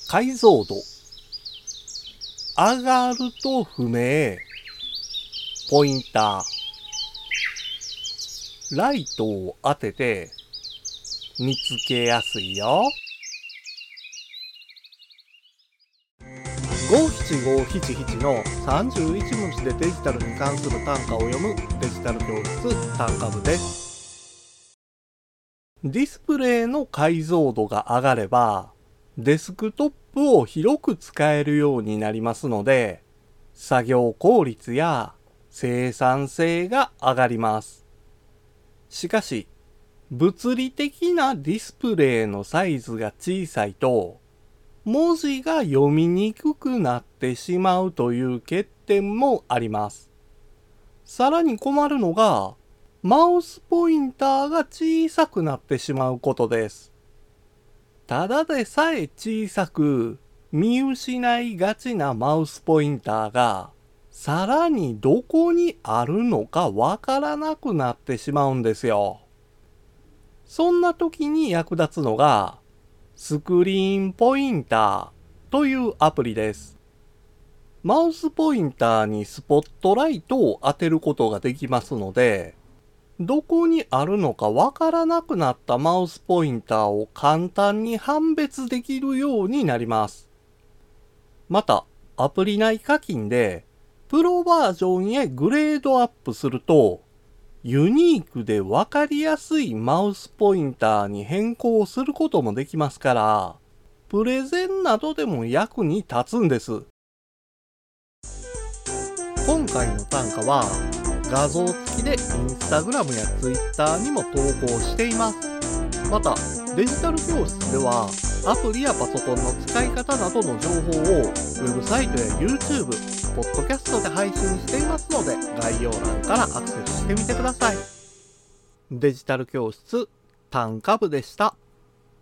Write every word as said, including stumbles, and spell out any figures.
解像度上がると不明ポインターライトを当てて見つけやすいよ。ごしちごしちしちのさんじゅういち文字でデジタルに関する単価を読むデジタル教室単価部です。ディスプレイの解像度が上がればデスクトップを広く使えるようになりますので、作業効率や生産性が上がります。しかし、物理的なディスプレイのサイズが小さいと、文字が読みにくくなってしまうという欠点もあります。さらに困るのが、マウスポインターが小さくなってしまうことです。ただでさえ小さく見失いがちなマウスポインターがさらにどこにあるのかわからなくなってしまうんですよ。そんな時に役立つのがスクリーンポインターというアプリです。マウスポインターにスポットライトを当てることができますので、どこにあるのかわからなくなったマウスポインターを簡単に判別できるようになります。また、アプリ内課金で、プロバージョンへグレードアップすると、ユニークでわかりやすいマウスポインターに変更することもできますから、プレゼンなどでも役に立つんです。今回の単価は、画像付きでインスタグラムやツイッターにも投稿しています。また、デジタル教室では、アプリやパソコンの使い方などの情報をウェブサイトや YouTube、ポッドキャストで配信していますので、概要欄からアクセスしてみてください。デジタル教室単価部でした。